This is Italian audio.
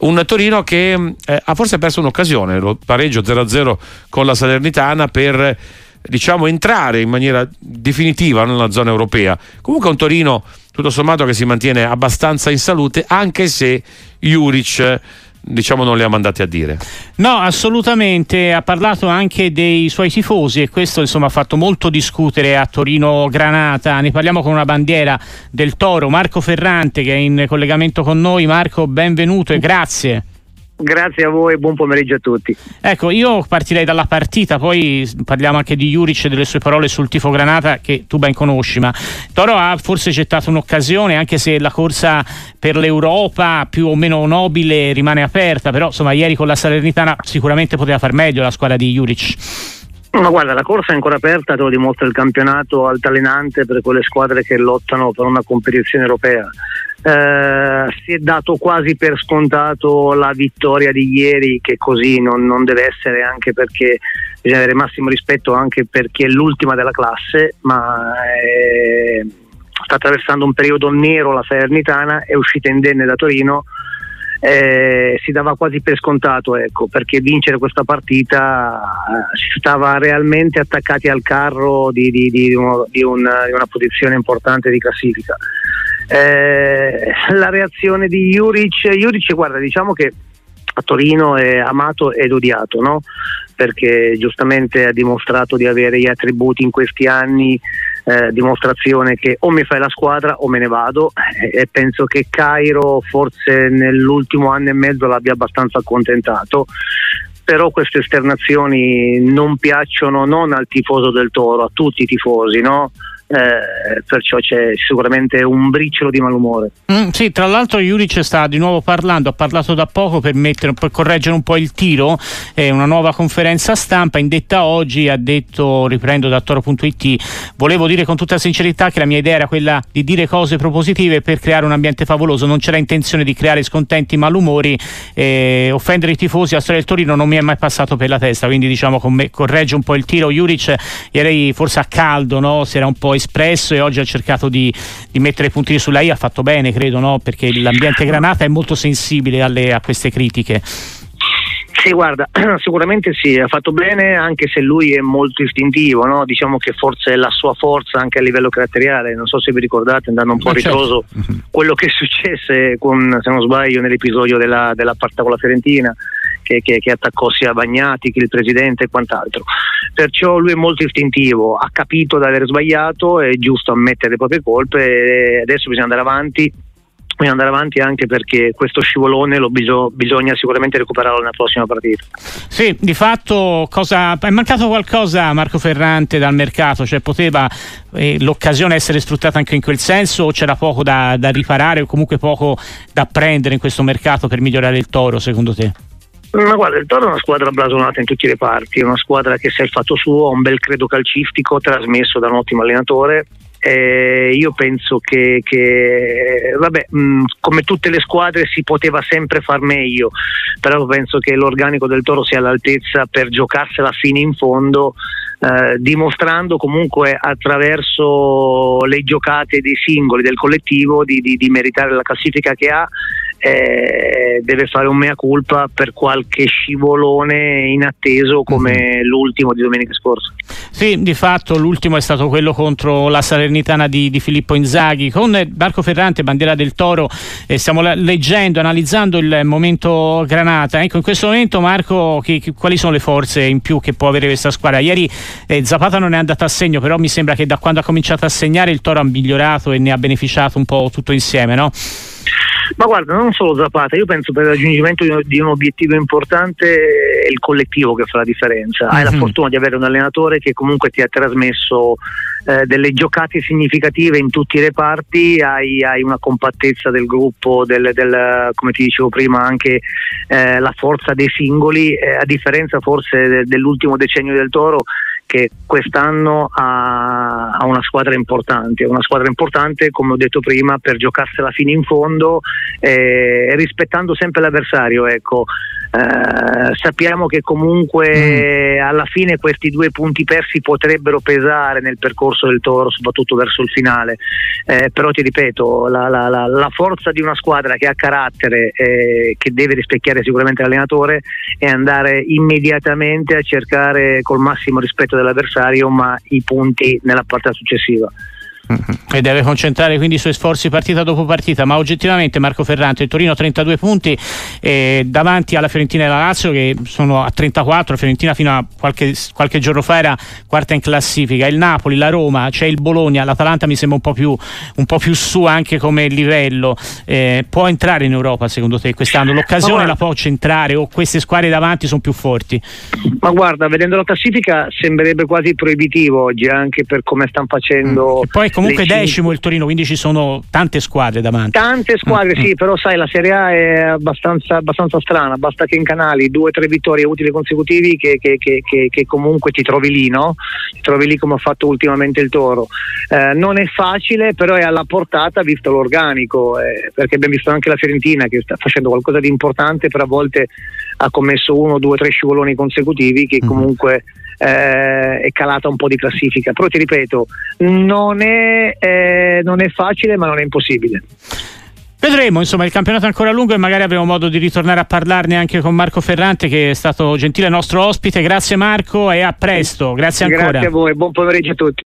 un Torino che ha forse perso un'occasione, lo pareggio 0-0 con la Salernitana, per entrare in maniera definitiva nella zona europea. Comunque un Torino tutto sommato che si mantiene abbastanza in salute, anche se Juric non li ha mandati a dire. No, assolutamente. Ha parlato anche dei suoi tifosi e questo ha fatto molto discutere a Torino Granata. Ne parliamo con una bandiera del Toro, Marco Ferrante, che è in collegamento con noi. Marco, benvenuto e grazie. Grazie a voi, buon pomeriggio a tutti. Ecco, io partirei dalla partita, poi parliamo anche di Juric e delle sue parole sul tifo Granata che tu ben conosci, ma Toro ha forse gettato un'occasione, anche se la corsa per l'Europa più o meno nobile rimane aperta, però ieri con la Salernitana sicuramente poteva far meglio la squadra di Juric. Ma guarda, la corsa è ancora aperta, te lo dimostra il campionato altalenante per quelle squadre che lottano per una competizione europea. Si è dato quasi per scontato la vittoria di ieri, che così non deve essere, anche perché bisogna avere massimo rispetto, anche perché è l'ultima della classe, ma sta attraversando un periodo nero la Salernitana, è uscita indenne da Torino. Si dava quasi per scontato, perché vincere questa partita si stava realmente attaccati al carro di una posizione importante di classifica. La reazione di Juric, guarda, diciamo che a Torino è amato ed odiato, no? Perché giustamente ha dimostrato di avere gli attributi in questi anni, dimostrazione che o mi fai la squadra o me ne vado, e penso che Cairo forse nell'ultimo anno e mezzo l'abbia abbastanza accontentato. Però queste esternazioni non piacciono non al tifoso del Toro, a tutti i tifosi, no? Perciò c'è sicuramente un briciolo di malumore. Sì, tra l'altro Juric sta di nuovo parlando, ha parlato da poco per correggere un po' il tiro, una nuova conferenza stampa indetta oggi, ha detto, riprendo da Toro.it: volevo dire con tutta sincerità che la mia idea era quella di dire cose propositive per creare un ambiente favoloso, non c'era intenzione di creare scontenti, malumori, offendere i tifosi. La storia del Torino non mi è mai passato per la testa, quindi corregge un po' il tiro Juric. Ieri forse a caldo, no? Si era un po' espresso e oggi ha cercato di mettere i puntini sulla I. Ha fatto bene, credo, no? Perché l'ambiente Granata è molto sensibile a queste critiche. Sì, guarda, sicuramente sì, ha fatto bene, anche se lui è molto istintivo, no? Diciamo che forse è la sua forza anche a livello caratteriale. Non so se vi ricordate, andando un po' a ritroso, quello che successe se non sbaglio, nell'episodio della partita con la Fiorentina, che attaccò sia Bagnati che il presidente e quant'altro. Perciò lui è molto istintivo, ha capito di aver sbagliato, è giusto ammettere le proprie colpe e adesso bisogna andare avanti. Bisogna andare avanti, anche perché questo scivolone bisogna sicuramente recuperarlo nella prossima partita. Sì, di fatto è mancato qualcosa, Marco Ferrante, dal mercato? Cioè, poteva l'occasione essere sfruttata anche in quel senso, o c'era poco da riparare, o comunque poco da prendere in questo mercato per migliorare il Toro, secondo te? Ma guarda, il Toro è una squadra blasonata in tutti i reparti, è una squadra che sa il fatto suo, ha un bel credo calcistico trasmesso da un ottimo allenatore. Io penso che come tutte le squadre si poteva sempre far meglio, però penso che l'organico del Toro sia all'altezza per giocarsela fino in fondo, dimostrando comunque attraverso le giocate dei singoli, del collettivo, di meritare la classifica che ha. Deve fare un mea culpa per qualche scivolone inatteso come l'ultimo di domenica scorsa. Sì, di fatto l'ultimo è stato quello contro la Salernitana di Filippo Inzaghi. Con Marco Ferrante, bandiera del Toro, stiamo leggendo, analizzando il momento Granata. Ecco, in questo momento, Marco, quali sono le forze in più che può avere questa squadra? Ieri Zapata non è andata a segno, però mi sembra che da quando ha cominciato a segnare il Toro ha migliorato e ne ha beneficiato un po' tutto insieme, no? Ma guarda, non solo Zapata, io penso per il raggiungimento di un obiettivo importante è il collettivo che fa la differenza. Hai la fortuna di avere un allenatore che comunque ti ha trasmesso delle giocate significative in tutti i reparti, hai una compattezza del gruppo, come ti dicevo prima, anche la forza dei singoli, a differenza forse dell'ultimo decennio del Toro, che quest'anno ha una squadra importante, come ho detto prima, per giocarsela fino in fondo, rispettando sempre l'avversario, ecco. Sappiamo che comunque alla fine questi 2 punti persi potrebbero pesare nel percorso del Toro, soprattutto verso il finale, però ti ripeto, la forza di una squadra che ha carattere, che deve rispecchiare sicuramente l'allenatore, è andare immediatamente a cercare col massimo rispetto dell'avversario ma i punti nella partita successiva. E deve concentrare quindi i suoi sforzi partita dopo partita. Ma oggettivamente, Marco Ferrante, il Torino 32 punti davanti alla Fiorentina e alla Lazio che sono a 34. La Fiorentina fino a qualche giorno fa era quarta in classifica, il Napoli, la Roma, c'è il Bologna, l'Atalanta mi sembra un po' più su anche come livello. Può entrare in Europa secondo te quest'anno? L'occasione la può centrare o queste squadre davanti sono più forti? Ma guarda, vedendo la classifica sembrerebbe quasi proibitivo oggi, anche per come stanno facendo. E poi comunque decimo il Torino, quindi ci sono tante squadre davanti. Tante squadre, sì, però sai, la Serie A è abbastanza strana, basta che incanali 2 o 3 vittorie utili consecutivi che comunque ti trovi lì, no? Ti trovi lì come ha fatto ultimamente il Toro. Non è facile, però è alla portata visto l'organico, perché abbiamo visto anche la Fiorentina che sta facendo qualcosa di importante, però a volte ha commesso 1, 2, 3 scivoloni consecutivi che comunque è calata un po' di classifica. Però ti ripeto, non è facile ma non è impossibile. Vedremo, insomma, il campionato è ancora lungo e magari avremo modo di ritornare a parlarne anche con Marco Ferrante, che è stato gentile nostro ospite. Grazie Marco e a presto, grazie ancora. Grazie a voi, buon pomeriggio a tutti.